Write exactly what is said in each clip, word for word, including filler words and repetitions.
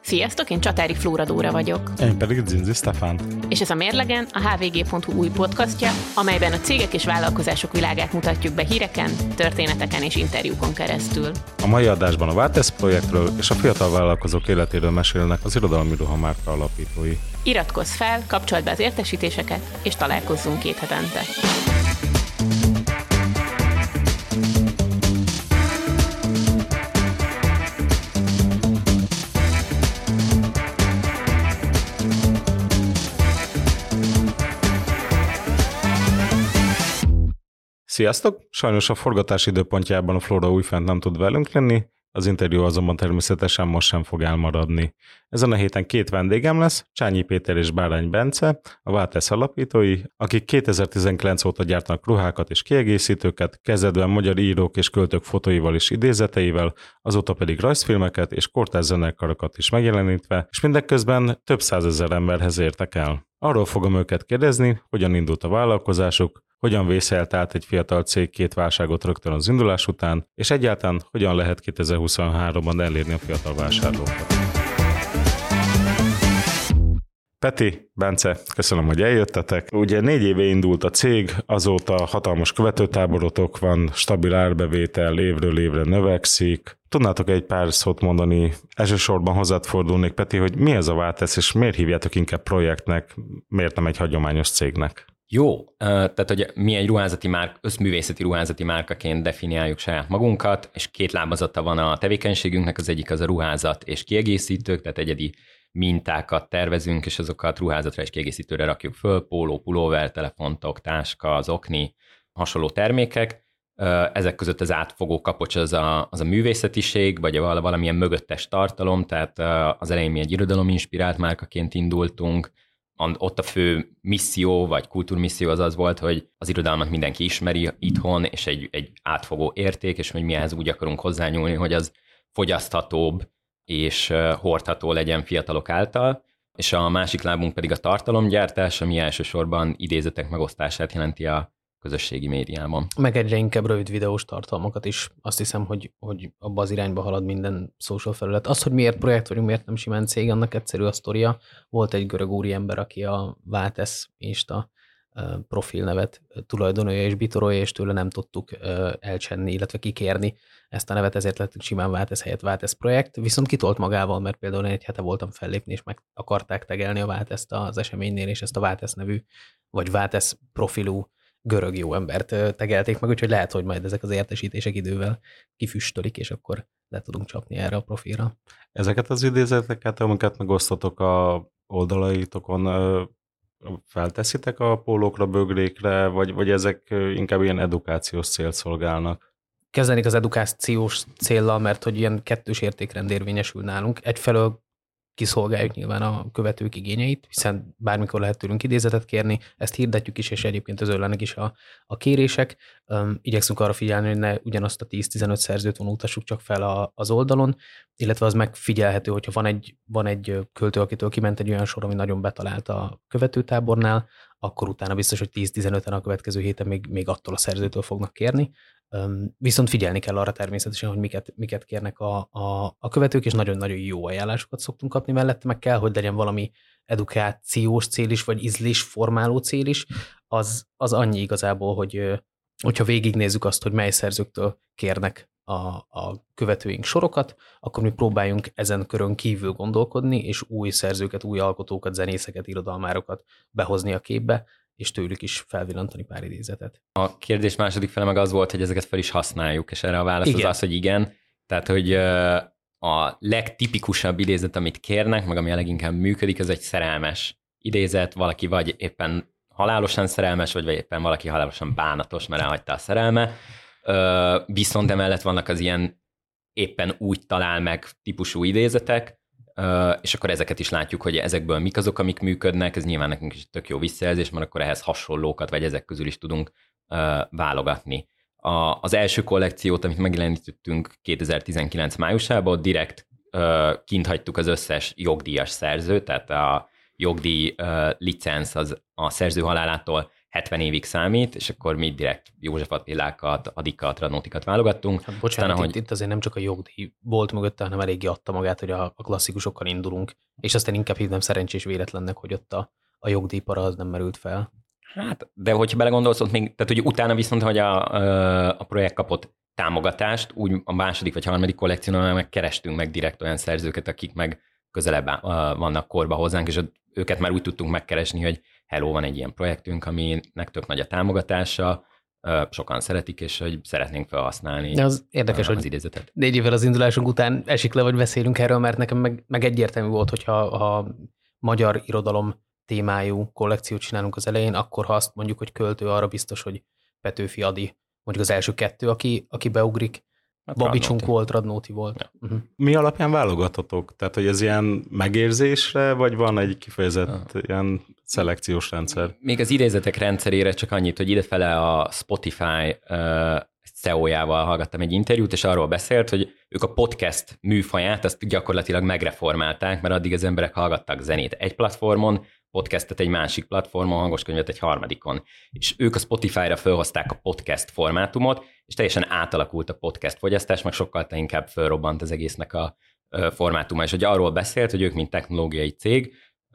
Sziasztok, én Csatári Flóra Dóra vagyok. Én pedig Zinzi Stefán. És ez a Mérlegen, a há vé gé pont hú új podcastja, amelyben a cégek és vállalkozások világát mutatjuk be híreken, történeteken és interjúkon keresztül. A mai adásban a Váltesz projektről és a fiatal vállalkozók életéről mesélnek az Irodalmi Ruha márka alapítói. Iratkozz fel, kapcsold be az értesítéseket, és találkozzunk két hetente. Sziasztok! Sajnos a forgatás időpontjában a Flóra újfent nem tud velünk lenni, az interjú azonban természetesen most sem fog elmaradni. Ezen a héten két vendégem lesz, Csányi Péter és Bárány Bence, a Váltesz alapítói, akik kétezer-tizenkilenc óta gyártanak ruhákat és kiegészítőket, kezdetben magyar írók és költők fotóival és idézeteivel, azóta pedig rajzfilmeket és kortárs zenekarokat is megjelenítve, és mindeközben több százezer emberhez értek el. Arról fogom őket kérdezni, hogyan indult a vállalkozásuk, hogyan vészelt át egy fiatal cég két válságot rögtön az indulás után, és egyáltalán hogyan lehet kétezer-huszonháromban elérni a fiatal vásárlókat. Peti, Bence, köszönöm, hogy eljöttetek. Ugye négy éve indult a cég, azóta hatalmas követőtáborotok van, stabil árbevétel, évről évre növekszik. Tudnátok egy pár szót mondani, elsősorban hozzád fordulnék, Peti, hogy mi ez a Váltesz, és miért hívjátok inkább projektnek, miért nem egy hagyományos cégnek? Jó, tehát hogy mi egy ruházati márk, összművészeti ruházati márkaként definiáljuk saját magunkat, és két lábazata van a tevékenységünknek, az egyik az a ruházat és kiegészítők, tehát egyedi mintákat tervezünk, és azokat ruházatra és kiegészítőre rakjuk föl, póló, pulóver, telefontok, táska, az okni, hasonló termékek. Ezek között az átfogó kapocs az a, az a művészetiség, vagy a valamilyen mögöttes tartalom, tehát az elején mi egy irodalominspirált márkaként indultunk, ott a fő misszió, vagy kultúrmisszió az az volt, hogy az irodalmat mindenki ismeri itthon, és egy, egy átfogó érték, és hogy mi ehhez úgy akarunk hozzányúlni, hogy az fogyaszthatóbb és hordható legyen fiatalok által. És a másik lábunk pedig a tartalomgyártás, ami elsősorban idézetek megosztását jelenti a közösségi médiában. Meg egyre inkább rövid videós tartalmakat is. Azt hiszem, hogy, hogy abba az irányba halad minden social felület. Az, hogy miért projekt vagyunk, miért nem simán cég, annak egyszerű a sztoria. Volt egy görög úriember, aki a Váltesz Insta profilnevet tulajdonolja és bitorolja, és tőle nem tudtuk elcsenni, illetve kikérni ezt a nevet, ezért lettünk simán Váltesz helyett Váltesz projekt. Viszont kitolt magával, mert például egy hete voltam fellépni, és meg akarták tegelni a Válteszt az eseménynél, és ezt a Váltesz nevű, vagy Váltesz profilú görög jó embert tegelték meg, úgyhogy lehet, hogy majd ezek az értesítések idővel kifüstölik, és akkor le tudunk csapni erre a profilra. Ezeket az idézeteket, amiket megosztotok a oldalaitokon, felteszitek a pólókra, bögrékre, vagy, vagy ezek inkább ilyen edukációs célt szolgálnak? Kezdenik az edukációs céllal, mert hogy ilyen kettős értékrend érvényesül nálunk. Egyfelől kiszolgáljuk nyilván a követők igényeit, hiszen bármikor lehet tőlünk idézetet kérni, ezt hirdetjük is, és egyébként özönlenek is a, a kérések. Um, igyekszünk arra figyelni, hogy ne ugyanazt a tíz-tizenöt szerzőt vonultassuk csak fel a, az oldalon, illetve az megfigyelhető, hogyha van egy, van egy költő, akitől kiment egy olyan sor, ami nagyon betalált a követőtábornál, akkor utána biztos, hogy tíz-tizenöten a következő héten még, még attól a szerzőtől fognak kérni. Um, viszont figyelni kell arra természetesen, hogy miket, miket kérnek a, a, a követők, és nagyon-nagyon jó ajánlásokat szoktunk kapni mellette, meg kell, hogy legyen valami edukációs cél is, vagy ízlésformáló cél is, az, az annyi igazából, hogy hogyha végignézzük azt, hogy mely szerzőktől kérnek a, a követőink sorokat, akkor mi próbáljunk ezen körön kívül gondolkodni, és új szerzőket, új alkotókat, zenészeket, irodalmárokat behozni a képbe, és tőlük is felvillantani pár idézetet. A kérdés második fele meg az volt, hogy ezeket fel is használjuk, és erre a válasz igen. Az az, hogy igen. Tehát, hogy a legtipikusabb idézet, amit kérnek, meg ami a leginkább működik, ez egy szerelmes idézet, valaki vagy éppen halálosan szerelmes, vagy éppen valaki halálosan bánatos, mert elhagyta a szerelme. Viszont emellett vannak az ilyen éppen úgy talál meg típusú idézetek, Uh, és akkor ezeket is látjuk, hogy ezekből mik azok, amik működnek, ez nyilván nekünk is tök jó visszajelzés, mert akkor ehhez hasonlókat, vagy ezek közül is tudunk uh, válogatni. A, az első kollekciót, amit megjelenítettünk kétezer-tizenkilenc májusában, direkt uh, kint hagytuk az összes jogdíjas szerzőt, tehát a jogdíj uh, licenc az a szerző halálától hetven évig számít, és akkor mi direkt József Attilákat, Adikat, Radnótikat válogattunk. Hát bocsánat, Aztán, itt, ahogy... itt azért nem csak a jogdíj volt mögötte, hanem eléggé adta magát, hogy a, a klasszikusokkal indulunk, és aztán inkább hívnám szerencsés véletlennek, hogy ott a, a jogdíjpara az nem merült fel. Hát, de hogyha belegondolsz, ott még, tehát ugye utána viszont, hogy a, a projekt kapott támogatást, úgy a második vagy harmadik kollekciónál meg kerestünk meg direkt olyan szerzőket, akik meg közelebb vannak korba hozzánk, és őket már úgy tudtunk megkeresni, hogy hello, van egy ilyen projektünk, aminek tök nagy a támogatása, sokan szeretik, és hogy szeretnénk felhasználni de az érdekes, az hogy idézetet. Négy évvel az indulásunk után esik le, vagy beszélünk erről, mert nekem meg, meg egyértelmű volt, hogyha ha magyar irodalom témájú kollekciót csinálunk az elején, akkor ha azt mondjuk, hogy költő, arra biztos, hogy Petőfi Adi, mondjuk az első kettő, aki, aki beugrik. Hát Babicsunk volt, Radnóti volt. Ja. Uh-huh. Mi alapján válogatotok? Tehát, hogy ez ilyen megérzésre, vagy van egy kifejezett uh. ilyen szelekciós rendszer? Még az idézetek rendszerére csak annyit, hogy idefele a Spotify uh, C E O-jával hallgattam egy interjút, és arról beszélt, hogy ők a podcast műfaját, azt gyakorlatilag megreformálták, mert addig az emberek hallgattak zenét egy platformon, podcastet egy másik platformon, hangoskönyvet egy harmadikon. És ők a Spotify-ra felhozták a podcast formátumot, és teljesen átalakult a podcast fogyasztás, meg sokkal inkább felrobbant az egésznek a formátuma. És hogy arról beszélt, hogy ők, mint technológiai cég,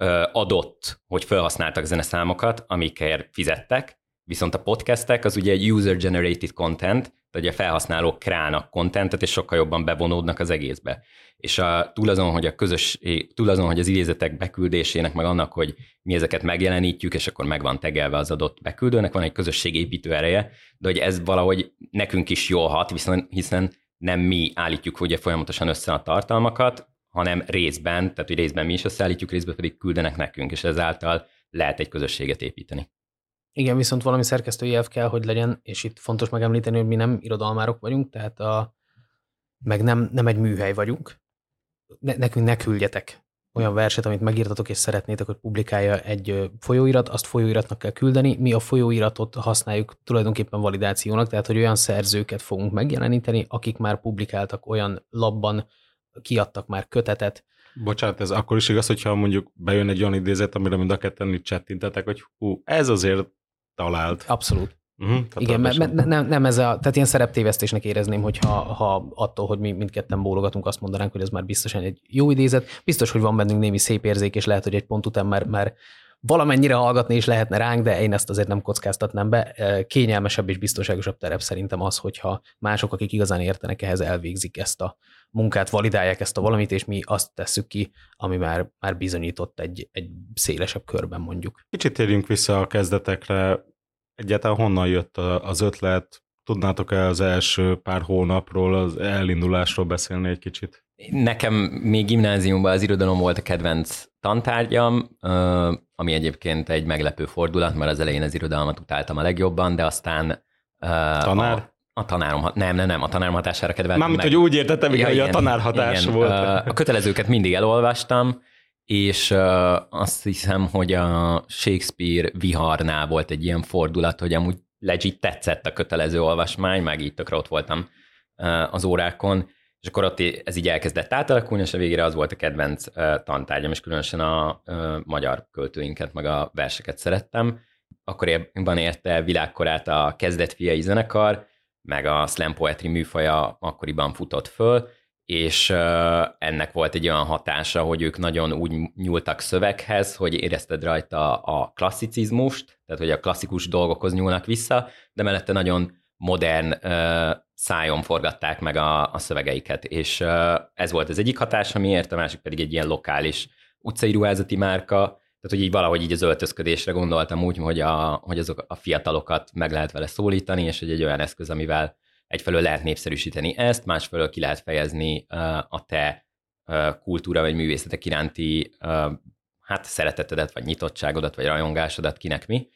adott, hogy felhasználtak zeneszámokat, amikért fizettek, viszont a podcastek az ugye egy user-generated content, tehát a felhasználók kreálnak contentet, és sokkal jobban bevonódnak az egészbe. És a, túl, azon, hogy a közös, túl azon, hogy az idézetek beküldésének, meg annak, hogy mi ezeket megjelenítjük, és akkor meg van tegelve az adott beküldőnek, van egy közösségépítő ereje, de hogy ez valahogy nekünk is jól hat, hiszen, hiszen nem mi állítjuk ugye folyamatosan össze a tartalmakat, hanem részben, tehát hogy részben mi is összeállítjuk, részben pedig küldenek nekünk, és ezáltal lehet egy közösséget építeni. Igen, viszont valami szerkesztői elv kell, hogy legyen, és itt fontos megemlíteni, hogy mi nem irodalmárok vagyunk, tehát a, meg nem, nem egy műhely vagyunk. Ne, nekünk ne küldjetek olyan verset, amit megírtatok, és szeretnétek, hogy publikálja egy folyóirat, azt folyóiratnak kell küldeni. Mi a folyóiratot használjuk tulajdonképpen validációnak, tehát hogy olyan szerzőket fogunk megjeleníteni, akik már publikáltak olyan labban, kiadtak már kötetet. Bocsánat, ez akkor is igaz, hogyha mondjuk bejön egy olyan idézet, amire mind a ketten itt csettintetek, hogy hú, ez azért talált. Abszolút. Uh-huh, igen, mert ne, nem, nem ez a, tehát ilyen szereptévesztésnek érezném, hogyha ha attól, hogy mi mindketten bólogatunk, azt mondanánk, hogy ez már biztosan egy jó idézet. Biztos, hogy van bennünk némi szép érzék, és lehet, hogy egy pont után már, már valamennyire hallgatni is lehetne ránk, de én ezt azért nem kockáztatnám be. Kényelmesebb és biztonságosabb terep szerintem az, hogyha mások, akik igazán értenek ehhez, elvégzik ezt a munkát, validálják ezt a valamit, és mi azt tesszük ki, ami már, már bizonyított egy, egy szélesebb körben mondjuk. Kicsit térjünk vissza a kezdetekre. Egyáltalán honnan jött az ötlet? Tudnátok-e az első pár hónapról, az elindulásról beszélni egy kicsit? Nekem még gimnáziumban az irodalom volt a kedvenc tantárgyam, ami egyébként egy meglepő fordulat, mert az elején az irodalmat utáltam a legjobban, de aztán... Tanár? A, a tanárom, nem, nem, nem, a tanárom hatására kedveltem Mármint, meg. hogy úgy értettem, ja, hogy igen, a tanár hatás igen. volt. A kötelezőket mindig elolvastam, és uh, azt hiszem, hogy a Shakespeare viharnál volt egy ilyen fordulat, hogy amúgy legit tetszett a kötelező olvasmány, meg így tökre ott voltam uh, az órákon, és akkor ott ez így elkezdett átalakulni, és a végére az volt a kedvenc uh, tantárgyam, és különösen a uh, magyar költőinket, meg a verseket szerettem. Akkoriban érte világkorát a Kezdetfiai zenekar, meg a slam poetry műfaja akkoriban futott föl, és ennek volt egy olyan hatása, hogy ők nagyon úgy nyúltak szöveghez, hogy érezted rajta a klasszicizmust, tehát hogy a klasszikus dolgokhoz nyúlnak vissza, de mellette nagyon modern szájon forgatták meg a, a szövegeiket, és ez volt az egyik hatás, amiért, a másik pedig egy ilyen lokális utcai ruházati márka, tehát hogy így valahogy így az öltözködésre gondoltam úgy, hogy, a, hogy azok a fiatalokat meg lehet vele szólítani, és hogy egy olyan eszköz, amivel egyfelől lehet népszerűsíteni ezt, másfelől ki lehet fejezni uh, a te uh, kultúra vagy művészetek iránti uh, hát szeretetedet, vagy nyitottságodat, vagy rajongásodat, kinek mi.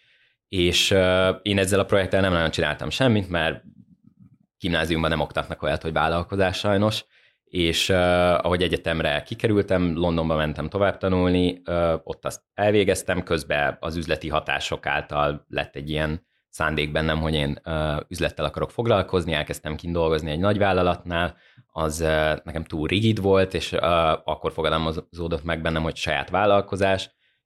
És uh, én ezzel a projekttel nem nagyon csináltam semmit, mert gimnáziumban nem oktatnak olyat, hogy vállalkozás sajnos, és uh, ahogy egyetemre kikerültem, Londonba mentem tovább tanulni, uh, ott azt elvégeztem, közben az üzleti hatások által lett egy ilyen szándék bennem, hogy én uh, üzlettel akarok foglalkozni, elkezdtem kint dolgozni egy nagyvállalatnál, az uh, nekem túl rigid volt, és uh, akkor fogalmazódott meg bennem, hogy saját vállalkozás,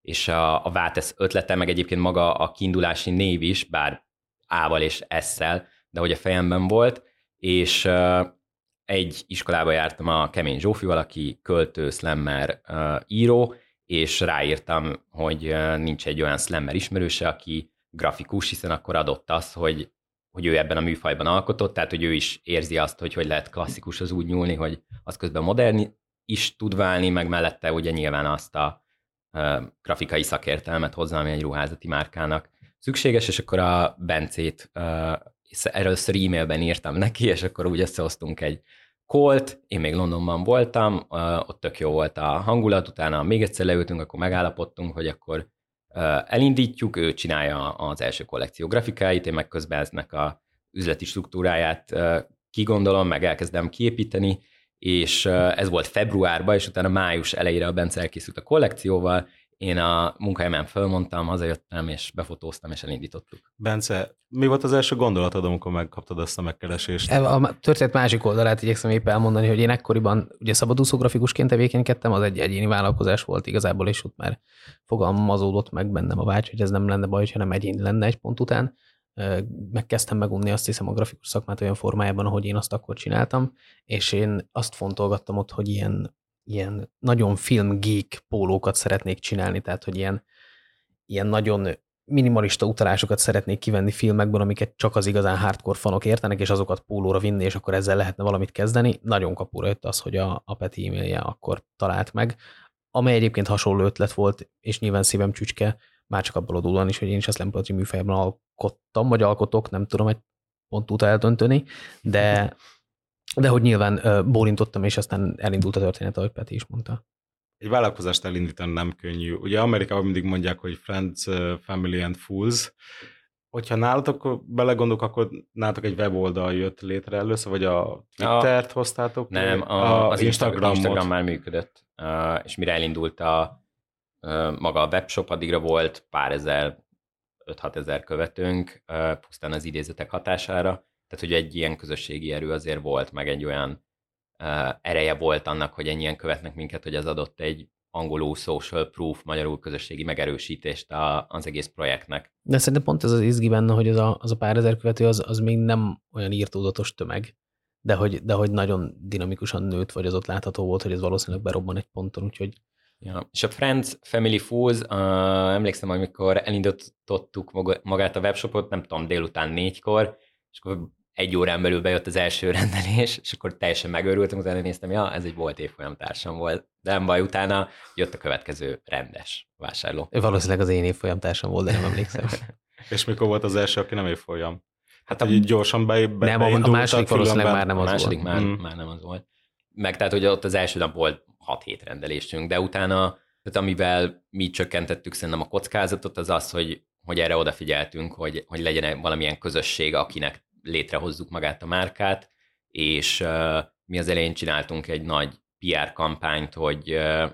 és a, a Váltesz ötlete, meg egyébként maga a kiindulási név is, bár A-val és S-szel, de hogy a fejemben volt, és uh, egy iskolába jártam a Kemény Zsófival, aki költő, slammer, uh, író, és ráírtam, hogy uh, nincs egy olyan slammer ismerőse, aki grafikus, hiszen akkor adott az, hogy, hogy ő ebben a műfajban alkotott, tehát hogy ő is érzi azt, hogy hogy lehet klasszikushoz úgy nyúlni, hogy az közben modern is tud válni, meg mellette ugye nyilván azt a uh, grafikai szakértelmet hozzá, ami egy ruházati márkának szükséges, és akkor a Bencét uh, először e-mailben írtam neki, és akkor úgy összehoztunk egy call-t, én még Londonban voltam, uh, ott tök jó volt a hangulat, utána még egyszer leültünk, akkor megállapodtunk, hogy akkor uh, elindítjuk, ő csinálja az első kollekció grafikáit, én meg közben eznek a üzleti struktúráját uh, kigondolom, meg elkezdem kiépíteni, és uh, ez volt februárban, és utána május elejére a Bence elkészült a kollekcióval, én a munkahelyemen fölmondtam, hazajöttem, és befotóztam, és elindítottuk. Bence, mi volt az első gondolatod, amikor megkaptad ezt a megkeresést? A történet másik oldalát igyekszem épp elmondani, hogy én ekkoriban ugye szabadúszó grafikusként tevékenykedtem, az egy egyéni vállalkozás volt igazából, és ott már fogalmazódott meg bennem a vágy, hogy ez nem lenne baj, ha nem egyéni lenne egy pont után. Megkezdtem megunni azt hiszem a grafikus szakmát olyan formájában, ahogy én azt akkor csináltam, és én azt fontolgattam ott, hogy ilyen ilyen nagyon film-geek pólókat szeretnék csinálni, tehát hogy ilyen, ilyen nagyon minimalista utalásokat szeretnék kivenni filmekből, amiket csak az igazán hardcore fanok értenek, és azokat pólóra vinni, és akkor ezzel lehetne valamit kezdeni. Nagyon kapura jött az, hogy a, a Peti e-mailje akkor talált meg, amely egyébként hasonló ötlet volt, és nyilván szívem csücske, már csak abból adódóan is, hogy én is a slam poetry műfajában alkottam, vagy alkotok, nem tudom egy pont után eldönteni, de De hogy nyilván uh, bólintottam, és aztán elindult a történet, ahogy Peti is mondta. Egy vállalkozást elindítani nem könnyű. Ugye Amerikában mindig mondják, hogy friends, family and fools. Hogyha nálatok belegondolok, akkor nálatok egy weboldal jött létre először, vagy a Twittert a, hoztátok? Nem, a, az Instagram, Instagram már működött, uh, és mire elindult a, uh, maga a webshop, addigra volt pár ezer, öt-hat ezer követőnk, uh, pusztán az idézetek hatására. Tehát, hogy egy ilyen közösségi erő azért volt, meg egy olyan uh, ereje volt annak, hogy ennyien követnek minket, hogy ez adott egy angolul social proof, magyarul közösségi megerősítést a, az egész projektnek. De szerintem pont ez az izgi benne, hogy az a, az a pár ezer követő az, az még nem olyan írtózatos tömeg, de hogy, de hogy nagyon dinamikusan nőtt, vagy az ott látható volt, hogy ez valószínűleg berobban egy ponton, úgyhogy... Ja. És a Friends, Family Fools, uh, emlékszem, amikor elindítottuk magát a webshopot, nem tudom, délután négykor, és akkor egy órán belül bejött az első rendelés, és akkor teljesen megőrültem, utána néztem, ja, ez egy volt évfolyamtársam volt. De nem baj, utána jött a következő rendes vásárló. Valószínűleg az én évfolyamtársam volt, de nem emlékszem. És mikor volt az első, aki nem évfolyam? Hát, hogy gyorsan be, be, nem, a második valószínűleg már nem az a második volt. Már, mm. már nem az volt. Meg tehát, hogy ott az első nap volt hat-hét rendelésünk, de utána, tehát amivel mi csökkentettük szerintem a kockázatot, az az, hogy, hogy erre odafigyeltünk, hogy, hogy legyen valamilyen közösség, akinek létrehozzuk magát a márkát, és uh, mi az elején csináltunk egy nagy pé er kampányt, hogy uh,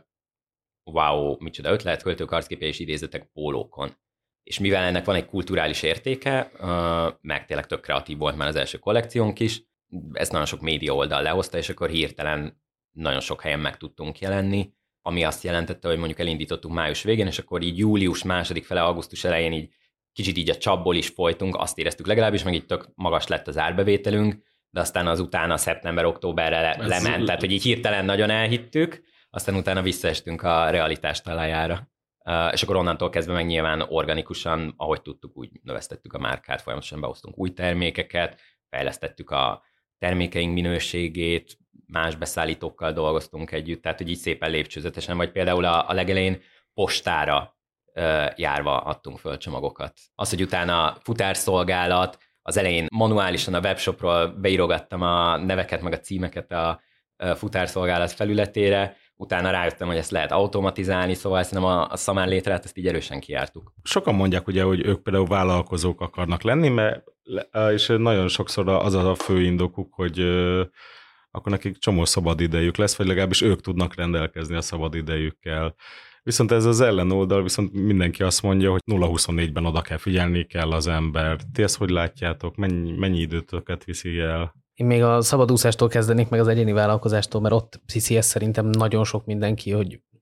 wow, micsoda ötlet, költők arcképe és idézetek pólókon. És mivel ennek van egy kulturális értéke, uh, meg tényleg tök kreatív volt már az első kollekciónk is, ezt nagyon sok média oldal lehozta, és akkor hirtelen nagyon sok helyen meg tudtunk jelenni, ami azt jelentette, hogy mondjuk elindítottuk május végén, és akkor így július második fele, augusztus elején így kicsit így a csapból is folytunk, azt éreztük legalábbis, meg így tök magas lett az árbevételünk, de aztán az utána szeptember-októberre le, lement, tehát hogy így hirtelen nagyon elhittük, aztán utána visszaestünk a realitás talajára. Uh, és akkor onnantól kezdve meg nyilván organikusan, ahogy tudtuk, úgy növesztettük a márkát, folyamatosan behoztunk új termékeket, fejlesztettük a termékeink minőségét, más beszállítókkal dolgoztunk együtt, tehát hogy így szépen lépcsőzetesen, vagy például a, a legelején postára járva adtunk föl csomagokat. Az, hogy utána futárszolgálat, az elején manuálisan a webshopról beírogattam a neveket, meg a címeket a futárszolgálat felületére, utána rájöttem, hogy ezt lehet automatizálni, szóval szerintem a, a szamán létrát ezt így erősen kijártuk. Sokan mondják ugye, hogy ők például vállalkozók akarnak lenni, mert, és nagyon sokszor az a fő indokuk, hogy akkor nekik csomó szabadidejük lesz, vagy legalábbis ők tudnak rendelkezni a szabadidejükkel. Viszont ez az ellenoldal, viszont mindenki azt mondja, hogy nulla huszonnégyben oda kell figyelni kell az ember. Ti ezt hogy látjátok? Mennyi, mennyi időtöket viszi el? Én még a szabadúszástól kezdenék meg az egyéni vállalkozástól, mert ott hiszi ezt szerintem nagyon sok mindenki, hogy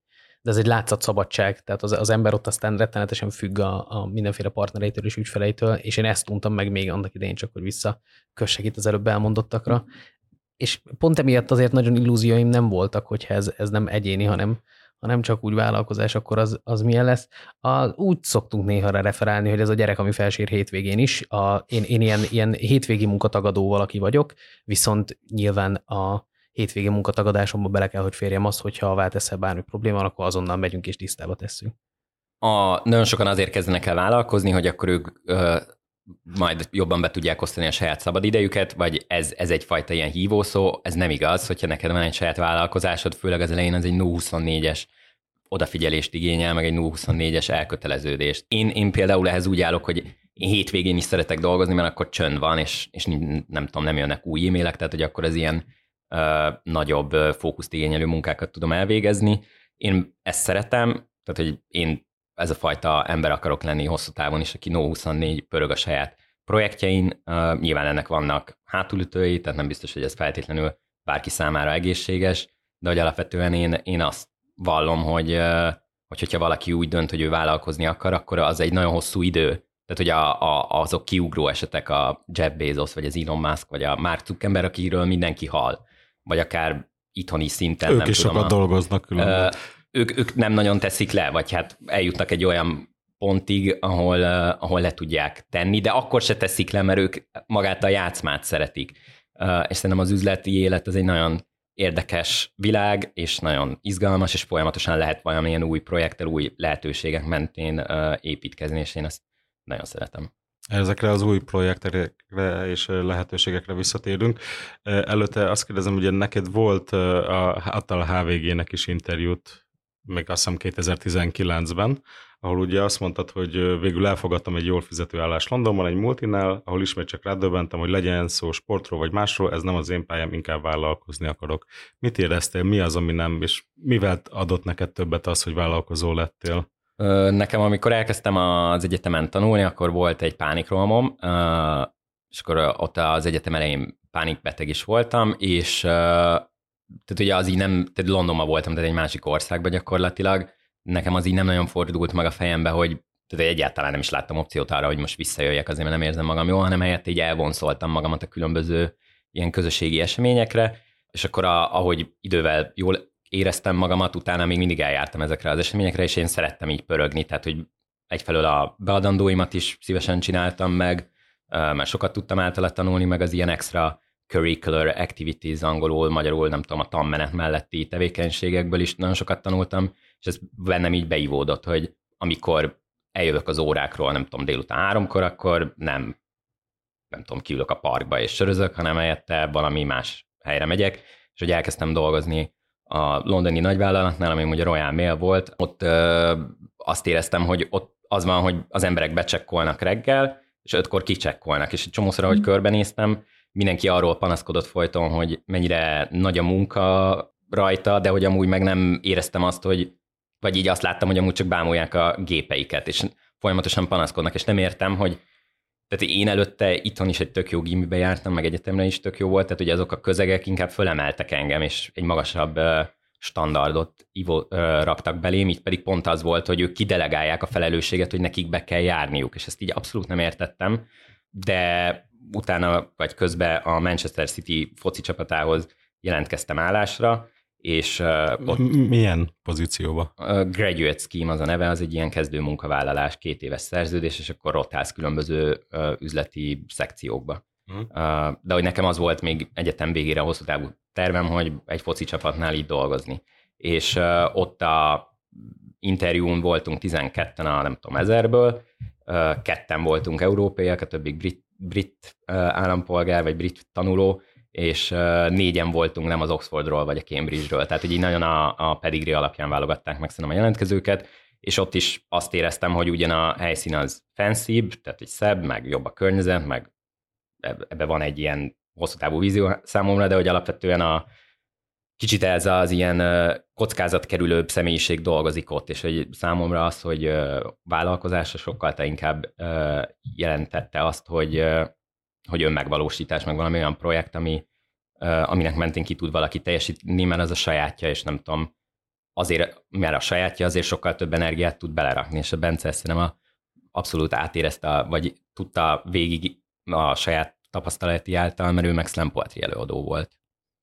de ez egy látszat szabadság, tehát az, az ember ott aztán rettenetesen függ a, a mindenféle partnereitől és ügyfeleitől, és én ezt untam meg még annak idején, csak hogy visszakössek itt az előbb elmondottakra. És pont emiatt azért nagyon illúzióim nem voltak, hogyha ez, ez nem egyéni, hanem, hanem csak úgy vállalkozás, akkor az, az milyen lesz. A, úgy szoktunk néha referálni, hogy ez a gyerek, ami felsér hétvégén is. A, én én ilyen, ilyen hétvégi munkatagadó valaki vagyok, viszont nyilván a hétvégi munkatagadásomba bele kell, hogy férjem azt, hogyha vált eszel bármi probléma, akkor azonnal megyünk és tisztába tesszük. A, nagyon sokan azért kezdenek el vállalkozni, hogy akkor ők ö, majd jobban be tudják osztani a saját szabadidejüket, vagy ez, ez egyfajta ilyen hívószó, ez nem igaz, hogyha neked van egy saját vállalkozásod, főleg az elején az egy nulla huszonnégyes odafigyelést igényel, meg egy nulla huszonnégyes elköteleződést. Én, én például ehhez úgy állok, hogy én hétvégén is szeretek dolgozni, mert akkor csönd van, és, és nem tudom, nem jönnek új e-mailek, tehát hogy akkor az ilyen ö, nagyobb ö, fókuszt igényelő munkákat tudom elvégezni. Én ezt szeretem, tehát hogy én ez a fajta ember akarok lenni hosszú távon is, aki nulla huszonnégy pörög a saját projektjein. Uh, nyilván ennek vannak hátulütői, tehát nem biztos, hogy ez feltétlenül bárki számára egészséges, de hogy alapvetően én, én azt vallom, hogy, uh, hogy hogyha valaki úgy dönt, hogy ő vállalkozni akar, akkor az egy nagyon hosszú idő. Tehát, hogy a, a, azok kiugró esetek, a Jeff Bezos, vagy az Elon Musk, vagy a Mark Zuckerberg, akiről mindenki hall, vagy akár itthoni szinten. Ők nem is tudom, sokat a, dolgoznak különben. Uh, Ők, ők nem nagyon teszik le, vagy hát eljutnak egy olyan pontig, ahol, uh, ahol le tudják tenni, de akkor se teszik le, mert ők magát a játszmát szeretik. Uh, és szerintem az üzleti élet az egy nagyon érdekes világ, és nagyon izgalmas, és folyamatosan lehet valamilyen új projekttel, új lehetőségek mentén uh, építkezni, és én ezt nagyon szeretem. Ezekre az új projektekre és lehetőségekre visszatérünk. Előtte azt kérdezem, ugye neked volt a, adtál a há vé gének is interjút, még azt hiszem kétezer-tizenkilencben, ahol ugye azt mondtad, hogy végül elfogadtam egy jól fizető állást Londonban, egy multinál, ahol ismét csak rádöbbentem, hogy legyen szó sportról vagy másról, ez nem az én pályám, inkább vállalkozni akarok. Mit éreztél, mi az, ami nem, és mivel adott neked többet az, hogy vállalkozó lettél? Nekem, amikor elkezdtem az egyetemen tanulni, akkor volt egy pánikrohamom, és akkor ott az egyetem elején pánikbeteg is voltam, és tehát ugye az így nem, tehát Londonban voltam, tehát egy másik országban gyakorlatilag, nekem az így nem nagyon fordult meg a fejembe, hogy tehát egyáltalán nem is láttam opciót arra, hogy most visszajöjjek, azért mert nem érzem magam jól, hanem helyett így elvonszoltam magamat a különböző ilyen közösségi eseményekre, és akkor a, ahogy idővel jól éreztem magamat, utána még mindig eljártam ezekre az eseményekre, és én szerettem így pörögni, tehát hogy egyfelől a beadandóimat is szívesen csináltam meg, mert sokat tudtam általa tanulni, meg az ilyen extra curricular activities, angolul, magyarul, nem tudom, a tanmenet melletti tevékenységekből is nagyon sokat tanultam, és ez bennem így beivódott, hogy amikor eljövök az órákról, nem tudom, délután háromkor, akkor nem, nem tudom, kiülök a parkba és sörözök, hanem helyette valami más helyre megyek, és hogy elkezdtem dolgozni a londoni nagyvállalatnál, ami ugye Royal Mail volt, ott ö, azt éreztem, hogy ott az van, hogy az emberek becsekkolnak reggel, és ötkor kicsekkolnak, és egy csomószor, ahogy körbenéztem, mindenki arról panaszkodott folyton, hogy mennyire nagy a munka rajta, de hogy amúgy meg nem éreztem azt, hogy, vagy így azt láttam, hogy amúgy csak bámulják a gépeiket, és folyamatosan panaszkodnak, és nem értem, hogy tehát én előtte itthon is egy tök jó gimibe jártam, meg egyetemre is tök jó volt, tehát ugye azok a közegek inkább fölemeltek engem, és egy magasabb standardot raktak belém, így pedig pont az volt, hogy ők kidelegálják a felelősséget, hogy nekik be kell járniuk, és ezt így abszolút nem értettem, de utána vagy közben a Manchester City foci csapatához jelentkeztem állásra, és uh, ott... Milyen pozícióba? A graduate scheme az a neve, az egy ilyen kezdő munkavállalás, két éves szerződés, és akkor rottálsz különböző uh, üzleti szekciókba. Hmm. Uh, de hogy nekem az volt még egyetem végére hosszú távú tervem, hogy egy foci csapatnál így dolgozni. És uh, ott a interjún voltunk tizenketten a nem tudom ezerből, uh, ketten voltunk európaiak, a többi brit, brit uh, állampolgár, vagy brit tanuló, és uh, négyen voltunk nem az Oxfordról, vagy a Cambridge-ről. Tehát így nagyon a, a pedigree alapján válogatták meg szerintem a jelentkezőket, és ott is azt éreztem, hogy ugyan a helyszín az fancybb, tehát egy szebb, meg jobb a környezet, meg ebbe van egy ilyen hosszú távú vízió számomra, de hogy alapvetően a kicsit ez az ilyen kockázatkerülőbb személyiség dolgozik ott, és hogy számomra az, hogy vállalkozásra sokkal te inkább jelentette azt, hogy, hogy önmegvalósítás, meg valami olyan projekt, ami, aminek mentén ki tud valaki teljesíteni, mert az a sajátja, és nem tudom, azért, mert a sajátja azért sokkal több energiát tud belerakni, és a Bence ezt nem a abszolút átérezte, vagy tudta végig a saját tapasztalati által, mert ő meg slam poetry előadó volt.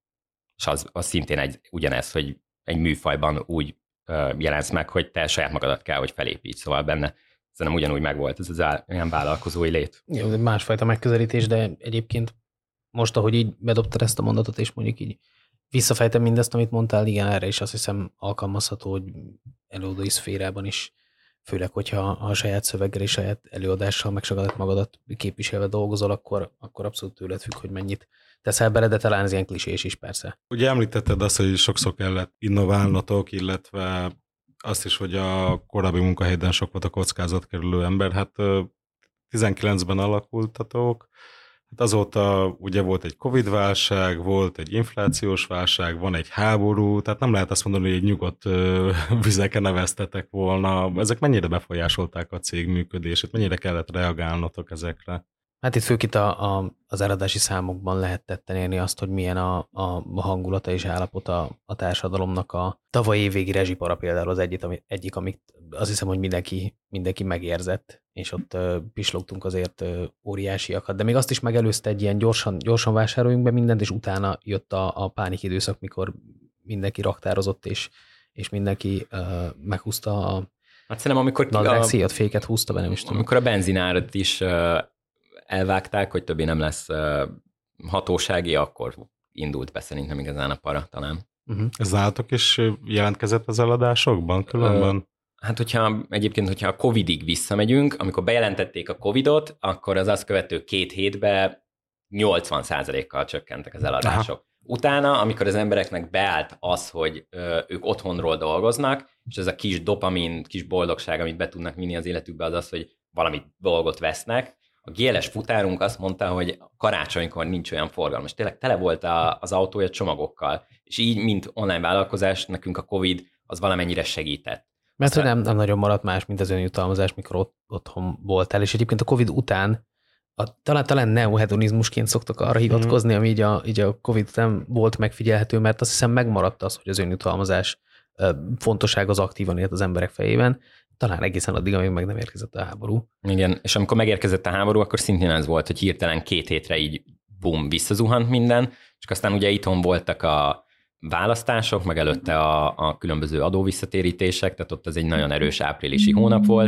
És az, az szintén egy, ugyanez, hogy egy műfajban úgy uh, jelensz meg, hogy te saját magadat kell, hogy felépíts. Szóval benne szerintem ugyanúgy megvolt ez az á, ilyen vállalkozói lét. Jó, másfajta megközelítés, de egyébként most, ahogy így bedobtad ezt a mondatot, és mondjuk így visszafejtem mindezt, amit mondtál, igen, erre is azt hiszem alkalmazható, hogy előadói szférában is, főleg, hogyha a saját szöveggel és saját előadással meg saját magadat képviselve dolgozol, akkor, akkor abszolút tőled függ, hogy mennyit teszel bele, de talán ez ilyen klisés is persze. Ugye említetted azt, hogy sokszor kellett innoválnotok, illetve azt is, hogy a korábbi munkahelyben sok volt a kockázatkerülő ember. Hát tizenkilencben alakultatok, hát azóta ugye volt egy Covid-válság, volt egy inflációs válság, van egy háború, tehát nem lehet azt mondani, hogy egy nyugodt vizeken neveztetek volna. Ezek mennyire befolyásolták a cég működését, mennyire kellett reagálnotok ezekre? Hát itt főként a, a, az eladási számokban lehet tetten érni azt, hogy milyen a, a hangulata és állapota a társadalomnak. A tavalyi évvégi rezsipara például az egyik, ami, egyik, amit azt hiszem, hogy mindenki, mindenki megérzett, és ott uh, pislogtunk azért uh, óriásiakat, de még azt is megelőzte egy ilyen gyorsan, gyorsan vásároljunk be mindent, és utána jött a, a pánik időszak, mikor mindenki raktározott, és, és mindenki uh, meghúzta a hát szerintem, amikor nadrágszíjat, féket húzta be, nem is tudom. Amikor a benzinárat is uh, elvágták, hogy többé nem lesz uh, hatósági, akkor indult be szerintem igazán a para talán. Uh-huh. Ez nálatok is jelentkezett az eladásokban különben? Uh, hát hogyha egyébként, hogyha a Covidig visszamegyünk, amikor bejelentették a Covidot, akkor az azt követő két hétben nyolcvan százalékkal csökkentek az eladások. Aha. Utána, amikor az embereknek beállt az, hogy ö, ők otthonról dolgoznak, és ez a kis dopamin, kis boldogság, amit be tudnak vinni az életükbe, az az, hogy valami dolgot vesznek. A gé el es futárunk azt mondta, hogy karácsonykor nincs olyan forgalom, és tényleg tele volt a, az autója csomagokkal, és így, mint online vállalkozás, nekünk a Covid az valamennyire segített. Mert hogy nem, nem nagyon maradt más, mint az önjutalmazás, mikor ott, otthon voltál, és egyébként a Covid után A, talán, talán neohedonizmusként szoktak arra hivatkozni, ami így a, így a Covid után volt megfigyelhető, mert azt hiszem megmaradt az, hogy az önjutalmazás fontosság az aktívan élt az emberek fejében, talán egészen addig, amíg meg nem érkezett a háború. Igen, és amikor megérkezett a háború, akkor szintén ez volt, hogy hirtelen két hétre így bum, visszazuhant minden, csak aztán ugye itthon voltak a választások, meg előtte a, a különböző adóvisszatérítések, tehát ott ez egy nagyon erős áprilisi hónap volt,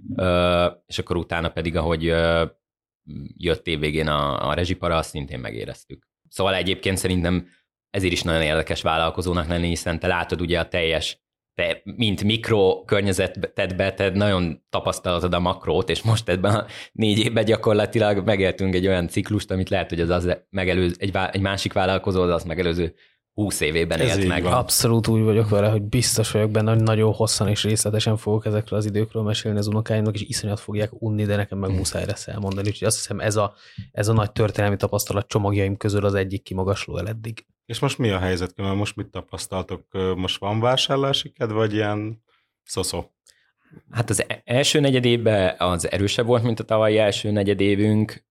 és akkor utána pedig, ahogy jött évvégén a, a rezsipara, azt szintén megéreztük. Szóval egyébként szerintem ezért is nagyon érdekes vállalkozónak lenni, hiszen te látod ugye a teljes, te mint mikro környezetedbe, te nagyon tapasztalatod a makrót, és most ebben a négy évben gyakorlatilag megéltünk egy olyan ciklust, amit lehet, hogy az, az megelőz, egy, egy másik vállalkozó az azt megelőző húsz évében ez élt meg. Van. Abszolút úgy vagyok vele, hogy biztos vagyok benne, hogy nagyon hosszan és részletesen fogok ezekről az időkről mesélni az unokáimnak, és iszonyat fogják unni, de nekem meg muszáj lesz elmondani. Úgyhogy azt hiszem ez a, ez a nagy történelmi tapasztalat csomagjaim közül az egyik kimagasló el eddig. És most mi a helyzet? Most mit tapasztaltok? Most van vásárlási kedv, vagy ilyen szoszó? Hát az első negyedében az erősebb volt, mint a tavalyi első negyedévünk,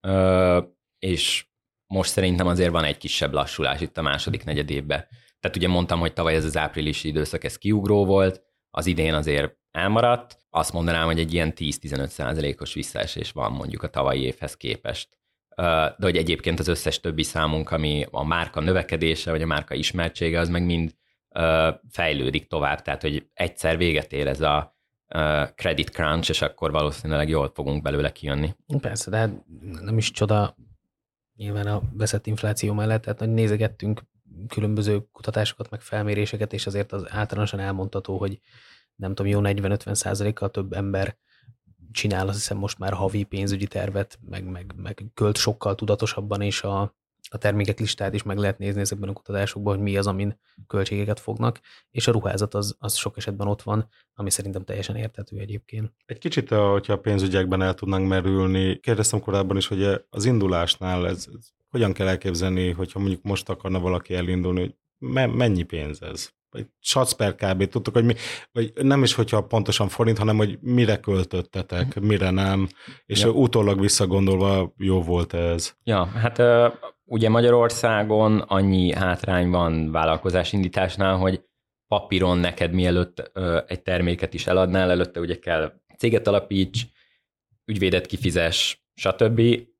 és most szerintem azért van egy kisebb lassulás itt a második negyedévben. Tehát ugye mondtam, hogy tavaly ez az áprilisi időszak, ez kiugró volt, az idén azért elmaradt. Azt mondanám, hogy egy ilyen tíz-tizenöt százalékos visszaesés van mondjuk a tavalyi évhez képest. De hogy egyébként az összes többi számunk, ami a márka növekedése, vagy a márka ismertsége, az meg mind fejlődik tovább. Tehát, hogy egyszer véget ér ez a credit crunch, és akkor valószínűleg jól fogunk belőle kijönni. Persze, de hát nem is csoda, nyilván a veszett infláció mellett, tehát hogy nézegettünk különböző kutatásokat, meg felméréseket, és azért az általánosan elmondható, hogy nem tudom, jó negyven-ötven százalékkal több ember csinál, azt hiszem most már havi pénzügyi tervet, meg, meg, meg költ sokkal tudatosabban, és a, a termékek listát is meg lehet nézni ezekben a kutatásokban, hogy mi az, amin költségeket fognak, és a ruházat az, az sok esetben ott van, ami szerintem teljesen érthető egyébként. Egy kicsit, hogyha a pénzügyekben el tudnánk merülni, kérdeztem korábban is, hogy az indulásnál ez, ez hogyan kell elképzelni, hogyha mondjuk most akarna valaki elindulni, hogy me- mennyi pénz ez? Vagy satsz per kb. Tudtok, hogy mi, vagy nem is, hogyha pontosan forint, hanem hogy mire költöttetek, mire nem, és ja. utólag visszagondolva jó volt ez. Ja, hát ugye Magyarországon annyi hátrány van vállalkozásindításnál, hogy papíron neked mielőtt ö, egy terméket is eladnál, előtte ugye kell céget alapíts, ügyvédet kifizess, stb.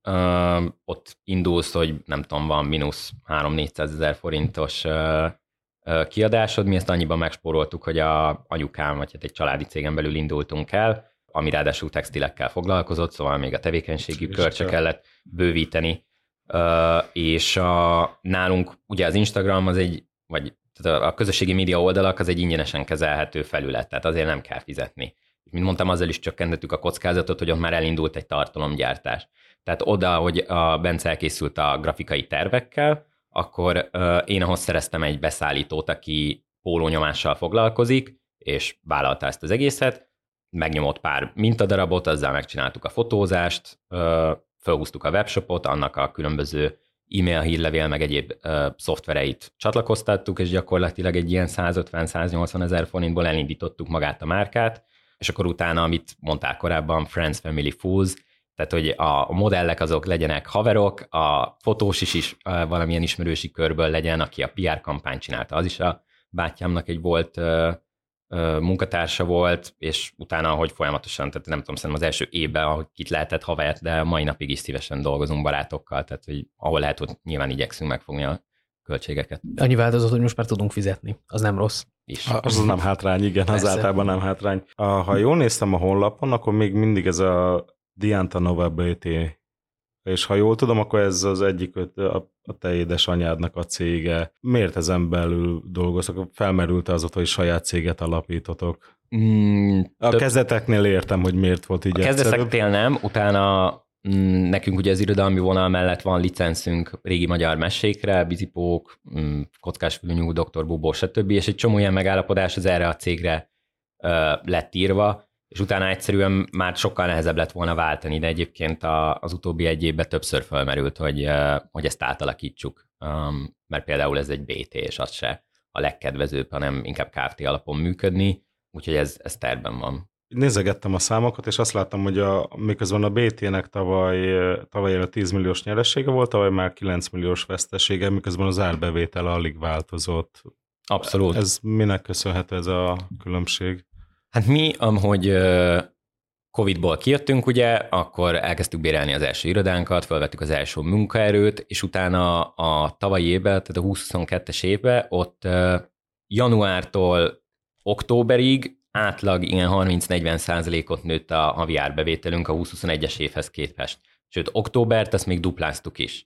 Ö, ott indulsz, hogy nem tudom, van mínusz három-négyszázezer forintos ö, ö, kiadásod, mi ezt annyiban megspóroltuk, hogy a anyukám, vagy hát egy családi cégen belül indultunk el, ami ráadásul textilekkel foglalkozott, szóval még a tevékenységi kört se kellett bővíteni, ö, és a, nálunk ugye az Instagram az egy, vagy tehát a közösségi média oldalak az egy ingyenesen kezelhető felület, tehát azért nem kell fizetni. Mint mondtam, azzal is csökkentettük a kockázatot, hogy ott már elindult egy tartalomgyártás. Tehát oda, hogy a Bence elkészült a grafikai tervekkel, akkor uh, én ahhoz szereztem egy beszállítót, aki pólónyomással foglalkozik, és vállalta ezt az egészet, megnyomott pár mintadarabot, azzal megcsináltuk a fotózást, uh, felhúztuk a webshopot, annak a különböző e-mail, hírlevél, meg egyéb uh, szoftvereit csatlakoztattuk, és gyakorlatilag egy ilyen százötven-száznyolcvan ezer forintból elindítottuk magát a márkát, és akkor utána, amit mondtál korábban, Friends, Family, Fools, tehát hogy a modellek azok legyenek haverok, a fotós is, is uh, valamilyen ismerősi körből legyen, aki a pé er kampányt csinálta, az is a bátyámnak egy volt uh, uh, munkatársa volt, és utána, ahogy folyamatosan, tehát nem tudom, szerintem az első évben, ahogy kit lehetett havert, de mai napig is szívesen dolgozunk barátokkal, tehát hogy ahol lehet, hogy nyilván igyekszünk megfogni a költségeket. Annyi változott, hogy most már tudunk fizetni. Az nem rossz. Is. Az nem hátrány, igen, Persze. az általában nem hátrány. A, ha jól néztem a honlapon, akkor még mindig ez a Dianta Nova bé té, és ha jól tudom, akkor ez az egyik, a, a te édesanyádnak a cége. Miért ezen belül dolgoztok? Felmerült azóta, hogy saját céget alapítotok? Mm, A több... kezdeteknél értem, hogy miért volt így A egyszerűbb. kezdeteknél nem, utána mm, nekünk ugye az irodalmi vonal mellett van licenszünk régi magyar mesékre, Bizipók, mm, Kockásfülnyú, doktor Bubó, stb. És egy csomó ilyen megállapodás az erre a cégre ö, lett írva, és utána egyszerűen már sokkal nehezebb lett volna váltani, de egyébként a, az utóbbi egy évben többször felmerült, hogy, ö, hogy ezt átalakítsuk, um, mert például ez egy bé té, és az se a legkedvezőbb, hanem inkább Kft. Alapon működni, úgyhogy ez, ez tervben van. Nézegettem a számokat, és azt láttam, hogy a, miközben a bé té-nek tavaly, tavaly a tíz milliós nyeressége volt, tavaly már kilenc milliós vesztesége, miközben az árbevétel alig változott. Abszolút. Ez minek köszönhető ez a különbség? Hát mi, ahogy Covidból kijöttünk, ugye, akkor elkezdtük bérelni az első irodánkat, felvettük az első munkaerőt, és utána a tavalyi évben, tehát a húsz-huszonkettes évben, ott januártól októberig átlag ilyen harminc-negyven százalékot nőtt a havi árbevételünk a húsz-huszonegyes évhez képest. Sőt, októbert ezt még dupláztuk is.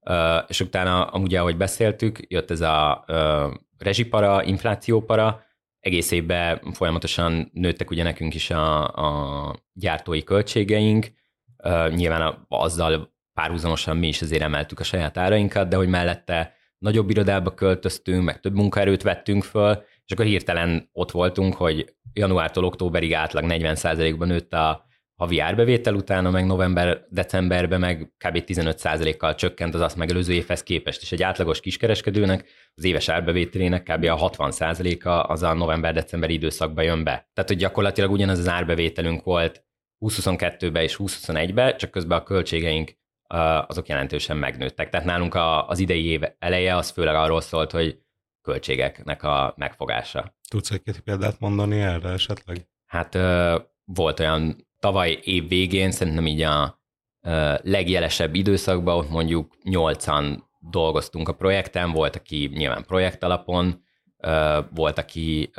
És utána, amúgy, ahogy beszéltük, jött ez a rezsipara, inflációpara, egész évben folyamatosan nőttek ugye nekünk is a, a gyártói költségeink, uh, nyilván a, azzal párhuzamosan mi is azért emeltük a saját árainkat, de hogy mellette nagyobb irodába költöztünk, meg több munkaerőt vettünk föl, és akkor hirtelen ott voltunk, hogy januártól októberig átlag negyven százalékban nőtt a havi árbevétel, utána meg november-decemberben meg kb. tizenöt százalékkal csökkent az azt megelőző évhez képest, és egy átlagos kiskereskedőnek az éves árbevételének kb. A hatvan százaléka az a november-decemberi időszakban jön be. Tehát, hogy gyakorlatilag ugyanaz az árbevételünk volt húsz-huszonkettőben és húsz-huszonegyben, csak közben a költségeink azok jelentősen megnőttek. Tehát nálunk az idei év eleje az főleg arról szólt, hogy költségeknek a megfogása. Tudsz egy-két példát mondani erre esetleg? Hát volt olyan tavaly év végén, szerintem így a legjelesebb időszakban, ott mondjuk nyolcan dolgoztunk a projekten, volt, aki nyilván projekt alapon, volt, aki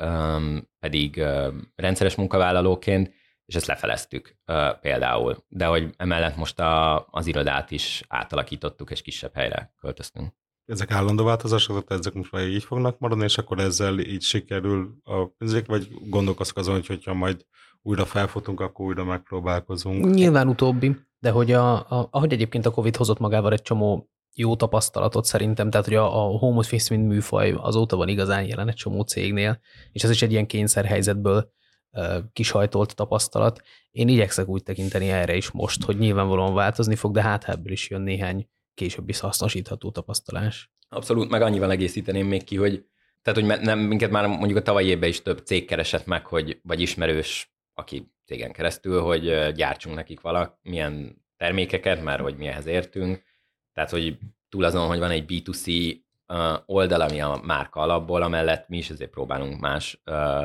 pedig rendszeres munkavállalóként, és ezt lefeleztük például. De hogy emellett most a, az irodát is átalakítottuk, és kisebb helyre költöztünk. Ezek állandó változások, ezek most már így fognak maradni, és akkor ezzel így sikerül a pénzek, vagy gondolkoztok azon, hogy hogyha majd újra felfutunk, akkor újra megpróbálkozunk? Nyilván utóbbi, de hogy a, a, ahogy egyébként a Covid hozott magával egy csomó jó tapasztalatot szerintem, tehát hogy a, a home office mint műfaj azóta van igazán jelen egy csomó cégnél, és ez is egy ilyen kényszerhelyzetből uh, kisajtolt tapasztalat. Én igyekszek úgy tekinteni erre is most, hogy nyilvánvalóan változni fog, de hát ebből is jön néhány később is hasznosítható tapasztalás. Abszolút, meg annyival egészíteném még ki, hogy tehát, hogy nem, minket már mondjuk a tavalyi évben is több cég keresett meg, hogy, vagy ismerős, aki cégen keresztül, hogy gyártsunk nekik valamilyen termékeket, mert hogy mi ehhez értünk. Tehát, hogy túl azon, hogy van egy bé kettő cé oldal, ami a márka alapból, amellett mi is ezért próbálunk más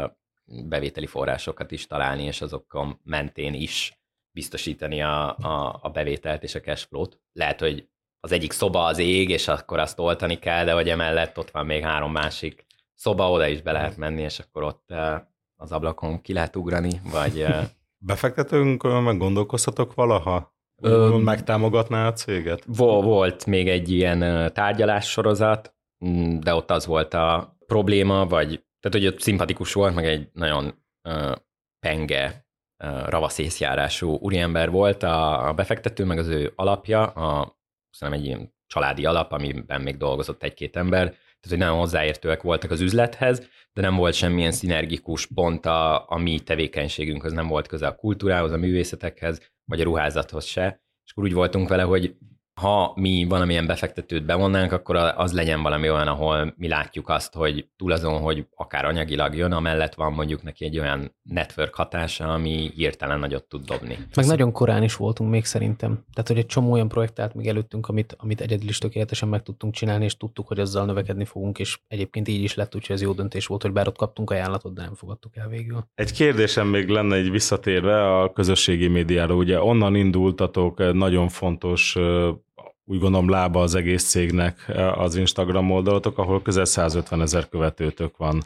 bevételi forrásokat is találni, és azokon mentén is biztosítani a, a, a bevételt és a cashflow-t. Lehet, hogy az egyik szoba az ég, és akkor azt oltani kell, de hogy emellett ott van még három másik szoba, oda is be lehet menni, és akkor ott az ablakon ki lehet ugrani, vagy... Befektetőnk, meg gondolkoztatok valaha? Ö, Megtámogatná a céget? Volt még egy ilyen tárgyalás sorozat, de ott az volt a probléma, vagy tehát, hogy ott szimpatikus volt, meg egy nagyon uh, penge, uh, ravaszészjárású úriember volt a, a befektető, meg az ő alapja, a, szerintem egy ilyen családi alap, amiben még dolgozott egy-két ember, tehát, hogy nagyon hozzáértőek voltak az üzlethez, de nem volt semmilyen szinergikus pont a, a mi tevékenységünkhöz, nem volt köze a kultúrához, a művészetekhez, vagy a ruházathoz se, és akkor úgy voltunk vele, hogy ha mi valamilyen befektetőt bevonnánk, akkor az legyen valami olyan, ahol mi látjuk azt, hogy túl azon, hogy akár anyagilag jön, amellett van mondjuk neki egy olyan network hatása, ami hirtelen nagyot tud dobni. Meg nagyon korán is voltunk még szerintem. Tehát, hogy egy csomó olyan projekt állt még előttünk, amit, amit egyedül is tökéletesen meg tudtunk csinálni, és tudtuk, hogy azzal növekedni fogunk, és egyébként így is lett, úgyhogy ez jó döntés volt, hogy bár ott kaptunk ajánlatot, de nem fogadtuk el végül. Egy kérdésem még lenne egy visszatérve a közösségi médiára. Ugye onnan indultatok, nagyon fontos, úgy gondolom, lába az egész cégnek az Instagram oldalatok, ahol közel százötven ezer követőtök van.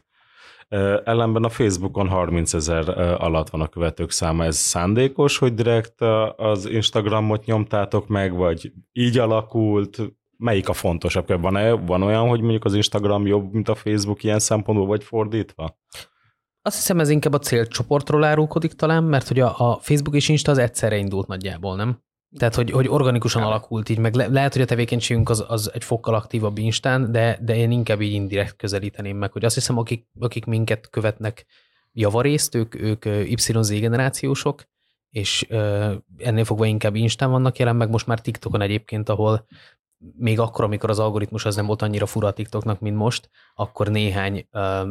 Ellenben a Facebookon harminc ezer alatt van a követők száma. Ez szándékos, hogy direkt az Instagramot nyomtátok meg, vagy így alakult? Melyik a fontosabb? Van-e, van olyan, hogy mondjuk az Instagram jobb, mint a Facebook ilyen szempontból, vagy fordítva? Azt hiszem, ez inkább a célcsoportról árulkodik talán, mert hogy a, a Facebook és Insta az egyszerre indult nagyjából, nem? Tehát, hogy, hogy organikusan alakult így, meg le, lehet, hogy a tevékenységünk az, az egy fokkal aktívabb Instán, de, de én inkább így indirekt közelíteném meg, hogy azt hiszem, akik, akik minket követnek javarészt, ők, ők Y Z generációsok, és uh, ennél fogva inkább Instán vannak jelen, meg most már TikTokon egyébként, ahol még akkor, amikor az algoritmus az nem volt annyira fura a TikToknak, mint most, akkor néhány uh,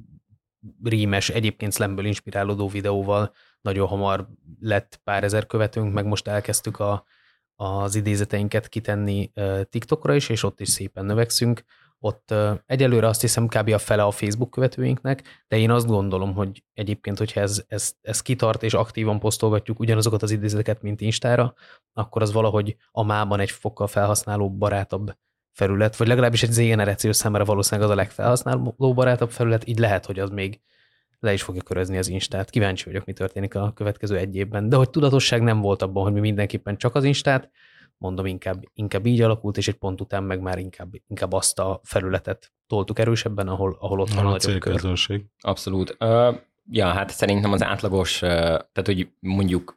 rímes, egyébként szlamből inspirálódó videóval nagyon hamar lett pár ezer követőnk, meg most elkezdtük a, az idézeteinket kitenni uh, TikTokra is, és ott is szépen növekszünk. Ott uh, egyelőre azt hiszem kb. A fele a Facebook követőinknek, de én azt gondolom, hogy egyébként, hogyha ez, ez, ez kitart és aktívan posztolgatjuk ugyanazokat az idézeteket, mint Instára, akkor az valahogy a mában egy fokkal felhasználó barátabb felület, vagy legalábbis egy Z generáció számára valószínűleg az a legfelhasználó barátabb felület, így lehet, hogy az még le is fogja körözni az Instát. Kíváncsi vagyok, mi történik a következő egy évben. De hogy tudatosság nem volt abban, hogy mi mindenképpen csak az Instát, mondom, inkább, inkább így alakult, és egy pont után meg már inkább, inkább azt a felületet toltuk erősebben, ahol, ahol ott van a nagyobb kör. Abszolút. Uh, ja, hát szerintem az átlagos, uh, tehát hogy mondjuk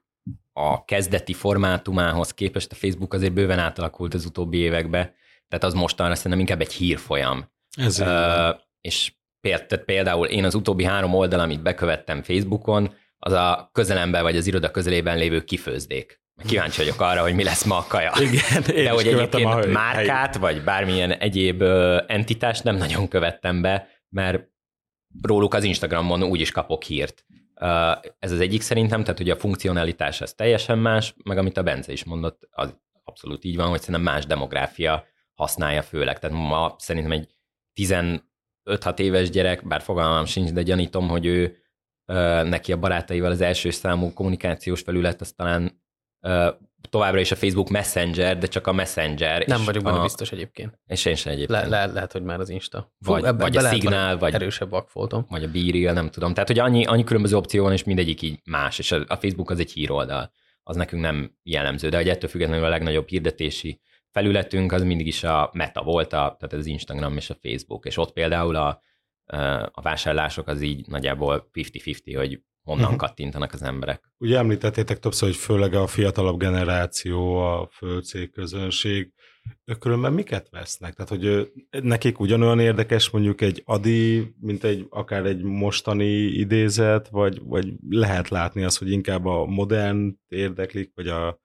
a kezdeti formátumához képest a Facebook azért bőven átalakult az utóbbi években, tehát az mostanra szerintem inkább egy hírfolyam. Ez uh, és például én az utóbbi három oldal, amit bekövettem Facebookon, az a közelemben vagy az iroda közelében lévő kifőzdék. Kíváncsi vagyok arra, hogy mi lesz ma a kaja. Igen, de hogy egyébként a márkát, vagy bármilyen egyéb entitást nem nagyon követtem be, mert róluk az Instagramon úgyis kapok hírt. Ez az egyik szerintem, tehát hogy a funkcionalitás az teljesen más, meg amit a Bence is mondott, az abszolút így van, hogy szerintem más demográfia használja főleg. Tehát ma szerintem egy tizenöt-hat éves gyerek, bár fogalmam sincs, de gyanítom, hogy ő neki a barátaival az első számú kommunikációs felület, az talán továbbra is a Facebook Messenger, de csak a Messenger. Nem vagyok benne a... biztos egyébként. És én sem egyébként. Le, le, lehet, hogy már az Insta. Vagy, Fú, ebbe, vagy ebbe a Signal, vagy erősebb vakfoltom. Vagy a BeReal, nem tudom. Tehát, hogy annyi, annyi különböző opció van, és mindegyik így más, és a, a Facebook az egy híroldal. Az nekünk nem jellemző, de hogy ettől függetlenül a legnagyobb hirdetési felületünk az mindig is a Meta volt, a, tehát az Instagram és a Facebook, és ott például a, a vásárlások az így nagyjából fifty-fifty, hogy honnan uh-huh. kattintanak az emberek. Ugye említettétek többször, hogy főleg a fiatalabb generáció, a földcég közönség, különben miket vesznek? Tehát, hogy nekik ugyanolyan érdekes mondjuk egy Adi, mint egy akár egy mostani idézet, vagy, vagy lehet látni azt, hogy inkább a modern érdeklik, vagy a,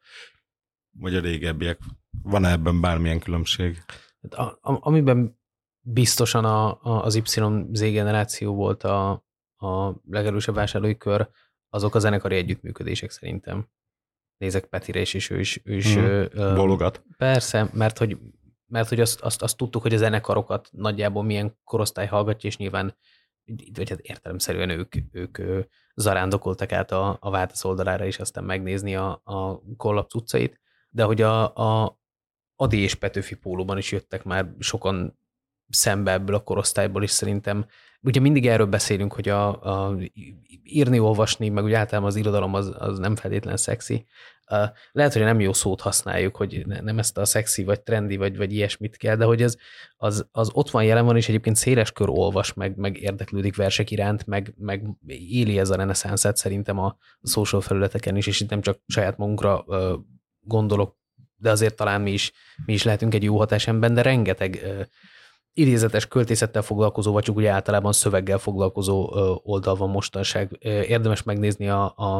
vagy a régebbiek. Van-e ebben bármilyen különbség? A, a, amiben biztosan a, a, az Y Z generáció volt a, a legerősebb vásárlói kör, azok a zenekari együttműködések szerintem. Nézek Petire is, és ő is, ő is hmm. bologat. Persze, mert hogy mert hogy azt, azt, azt tudtuk, hogy a zenekarokat nagyjából milyen korosztály hallgatja, és nyilván vagy hát értelemszerűen ők, ők zarándokoltak át a, a Váltasz oldalára is aztán megnézni a, a kollapsz utcait, de hogy a, a Adi és Petőfi pólóban is jöttek már sokan szembe ebből a korosztályból is szerintem. Ugye mindig erről beszélünk, hogy a, a írni, olvasni, meg úgy általában az irodalom az, az nem feltétlen szexi. Uh, lehet, hogy nem jó szót használjuk, hogy nem ezt a szexi, vagy trendi, vagy, vagy ilyesmit kell, de hogy ez, az, az ott van, jelen van, és egyébként széles kör olvas, meg, meg érdeklődik versek iránt, meg, meg éli ez a reneszánszát szerintem a social felületeken is, és itt nem csak saját magunkra uh, gondolok, de azért talán mi is, mi is lehetünk egy jó hatásemben, de rengeteg uh, idézetes költészettel foglalkozó, vagy csak úgy általában szöveggel foglalkozó uh, oldal van mostanság. Uh, érdemes megnézni a, a,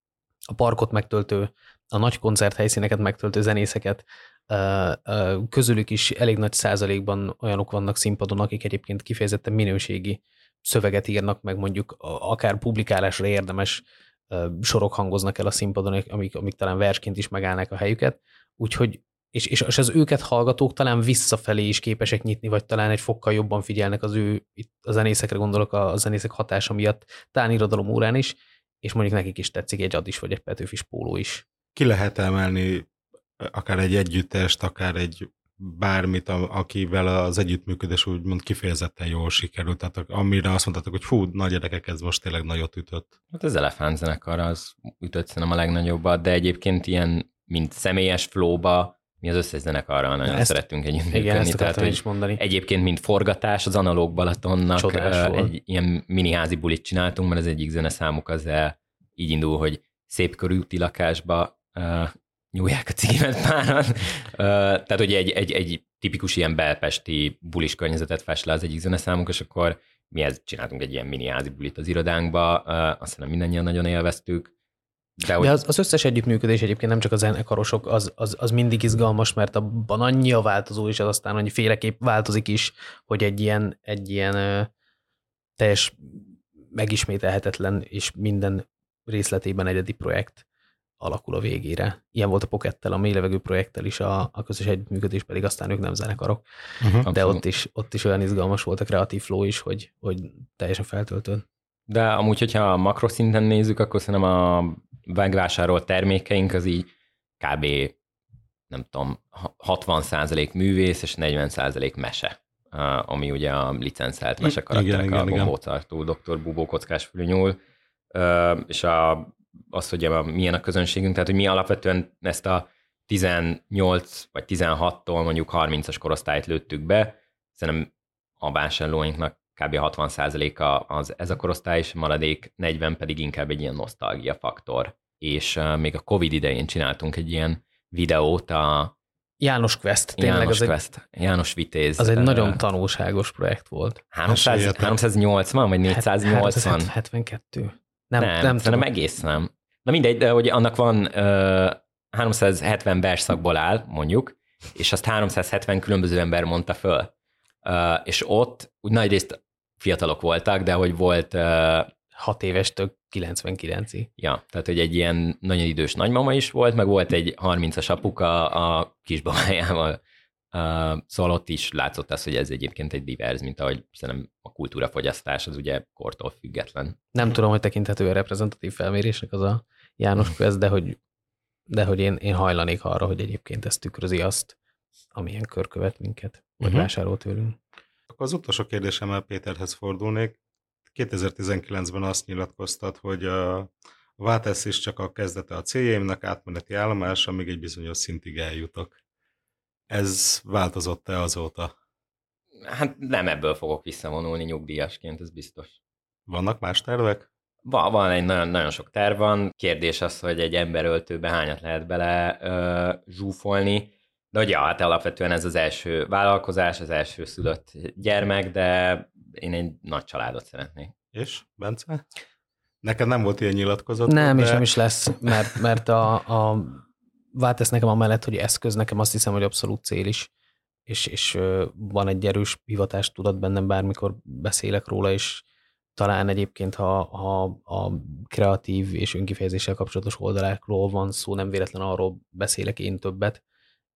a parkot megtöltő, a nagy koncerthelyszíneket megtöltő zenészeket. Uh, uh, közülük is elég nagy százalékban olyanok vannak színpadon, akik egyébként kifejezetten minőségi szöveget írnak, meg mondjuk akár publikálásra érdemes uh, sorok hangoznak el a színpadon, amik, amik talán versként is megállnak a helyüket. Úgyhogy És, és az őket hallgatók talán visszafelé is képesek nyitni, vagy talán egy fokkal jobban figyelnek az ő, itt a zenészekre gondolok, a zenészek hatása miatt, talán irodalom órán is, és mondjuk nekik is tetszik egy Adis vagy egy Petőfis póló is. Ki lehet emelni akár egy együttest, akár egy bármit, akivel az együttműködés úgymond kifejezetten jól sikerült, tehát amire azt mondtátok, hogy fú, nagy gyerekek, ez most tényleg nagyot ütött. Hát az Elefánt zenekar az ütött szerintem a legnagyobbat, de egyébként ilyen, mint személyes flowba, mi az összes zenekarral nagyon ezt, szerettünk együttműködni. Igen, ezt tehát, is mondani. Egyébként, mint forgatás, az Analóg Balatonnak Csodás egy ilyen mini házi bulit csináltunk, mert az egyik zeneszámuk az így indul, hogy szép körülti lakásba uh, nyúlják a cigimet páran. Uh, tehát, hogy egy, egy, egy tipikus ilyen belpesti bulis környezetet fest le az egyik zeneszámuk, és akkor mi ezt csináltunk egy ilyen mini házi bulit az irodánkba, uh, azt hiszem mindannyian nagyon élveztük. De, De az, az összes együttműködés egyébként nem csak a zenekarosok, az, az, az mindig izgalmas, mert abban annyi a változó is, az aztán annyi féleképp változik is, hogy egy ilyen, egy ilyen ö, teljes megismételhetetlen és minden részletében egyedi projekt alakul a végére. Ilyen volt a Pockettel, a Mélylevegő projekttel is a, a közös együttműködés, pedig aztán ők nem zenekarok. Uh-huh. De ott is, ott is olyan izgalmas volt a kreatív flow is, hogy, hogy teljesen feltöltőd. De amúgy, hogyha a makroszinten nézzük, akkor szerintem a megvásárolt termékeink az így kb. Nem tudom, hatvan százalék művész és negyven százalék mese, ami ugye a licenszelt mesekarakterek, a Gombócartól, doktor Bubó Kockás Fülnyúl, és a, az, hogy a, milyen a közönségünk, tehát hogy mi alapvetően ezt a tizennyolc vagy tizenhattól mondjuk harmincas korosztályt lőttük be, szerintem a vásárlóinknak kb. hatvan százaléka az ez a korosztály, és maradék negyven pedig inkább egy ilyen nosztalgia faktor. És uh, még a Covid idején csináltunk egy ilyen videót a János Quest, tényleg János az Quest, egy, János Vitéz. Az egy uh, nagyon tanulságos projekt volt. háromszáz, háromszáznyolcvan vagy négyszáznyolcvan? háromszázhetvenkettő. Nem, nem, nem, nem egész nem. Na mindegy, de hogy annak van uh, háromszázhetven versszakból áll, mondjuk, és azt háromszázhetven különböző ember mondta föl. Uh, és ott úgy nagyrészt fiatalok voltak, de hogy volt... Uh, hat évestől kilencvenkilencig. Ja, tehát hogy egy ilyen nagyon idős nagymama is volt, meg volt egy harmincas apuka a kisbabájával. Uh, szóval ott is látszott az, hogy ez egyébként egy divers, mint ahogy szerintem a kultúrafogyasztás az ugye kortól független. Nem tudom, hogy tekinthető a reprezentatív felmérésnek az a János Quest, de hogy, de hogy én, én hajlanék arra, hogy egyébként ez tükrözi azt, amilyen kör követ minket, vagy uh-huh. vásárol tőlünk. Akkor az utolsó kérdésemmel Péterhez fordulnék. kétezer-tizenkilencben azt nyilatkoztat, hogy a Váltesz is csak a kezdete a céljaimnak, átmeneti állomás, amíg egy bizonyos szintig eljutok. Ez változott-e azóta? Hát nem ebből fogok visszavonulni nyugdíjasként, ez biztos. Vannak más tervek? Van, van egy nagyon, nagyon sok terv van. Kérdés az, hogy egy emberöltőbe hányat lehet bele ö, zsúfolni. De hogy ja, hát alapvetően ez az első vállalkozás, az első szülött gyermek, de én egy nagy családot szeretnék. És, Bence? Neked nem volt ilyen nyilatkozat? Nem, de... és nem is lesz, mert, mert a, a Váltesz nekem amellett, hogy eszköz, nekem azt hiszem, hogy abszolút cél is, és, és van egy erős hivatás tudat bennem, bármikor beszélek róla, és talán egyébként, ha, ha a kreatív és önkifejezéssel kapcsolatos oldalákról van szó, nem véletlen arról beszélek én többet,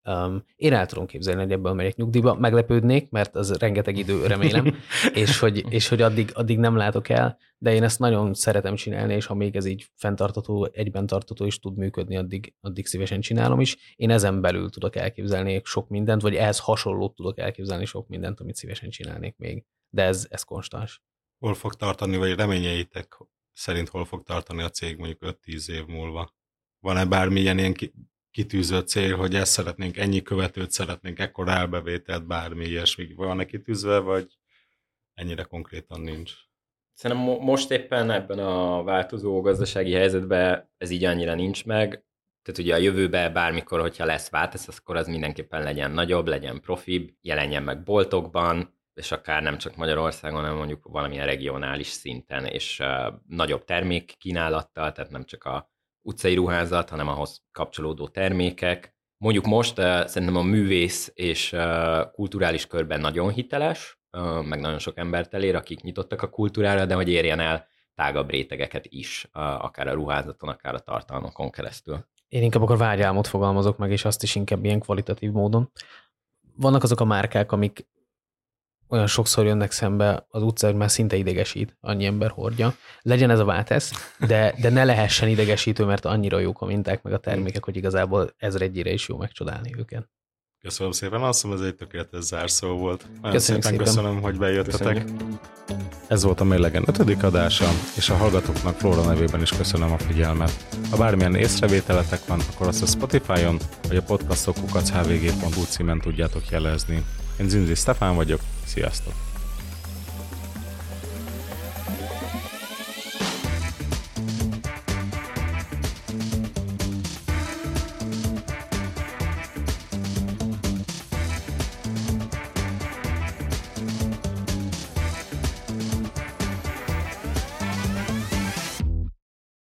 Um, én el tudom képzelni, hogy ebből megyek nyugdíjba, meglepődnék, mert az rengeteg idő, remélem, és hogy, és hogy addig, addig nem látok el, de én ezt nagyon szeretem csinálni, és ha még ez így fenntartató, egyben tartató is tud működni, addig, addig szívesen csinálom is. Én ezen belül tudok elképzelni sok mindent, vagy ehhez hasonlót tudok elképzelni sok mindent, amit szívesen csinálnék még. De ez, ez konstans. Hol fog tartani, vagy reményeitek szerint hol fog tartani a cég mondjuk öt-tíz év múlva? Van-e bármilyen ilyen kitűzött cél, hogy ezt szeretnénk, ennyi követőt szeretnénk, ekkor elbevételt, bármi ilyesmi van-e kitűzve, vagy ennyire konkrétan nincs? Szerintem mo- most éppen ebben a változó gazdasági helyzetben ez így annyira nincs meg. Tehát ugye a jövőben bármikor, hogyha lesz váltás, akkor az mindenképpen legyen nagyobb, legyen profibb, jelenjen meg boltokban, és akár nem csak Magyarországon, hanem mondjuk valamilyen regionális szinten, és uh, nagyobb termék kínálattal, tehát nem csak a utcai ruházat, hanem ahhoz kapcsolódó termékek. Mondjuk most uh, szerintem a művész és uh, kulturális körben nagyon hiteles, uh, meg nagyon sok embert elér, akik nyitottak a kultúrára, de hogy érjen el tágabb rétegeket is, uh, akár a ruházaton, akár a tartalmakon keresztül. Én inkább akkor vágyálmot fogalmazok meg, és azt is inkább ilyen kvalitatív módon. Vannak azok a márkák, amik olyan sokszor jönnek szembe az utcán, hogy már szinte idegesít, annyi ember hordja. Legyen ez a váltesz, de, de ne lehessen idegesítő, mert annyira jók a minták, meg a termékek, hogy igazából ezredjére is jó megcsodálni őket. Köszönöm szépen, azt hiszem ez egy tökéletes zárszó volt. Nagyon Köszönjük szépen, szépen. köszönöm, hogy bejöttetek. Köszönjük. Ez volt a Mérlegen ötödik adása, és a hallgatóknak Flóra nevében is köszönöm a figyelmet. Ha bármilyen észrevételetek van, akkor azt a Spotify-on, vagy a podcastok kukac h v g pont h u címen tudjátok jelezni. Én Zinzi Stefán vagyok, sziasztok!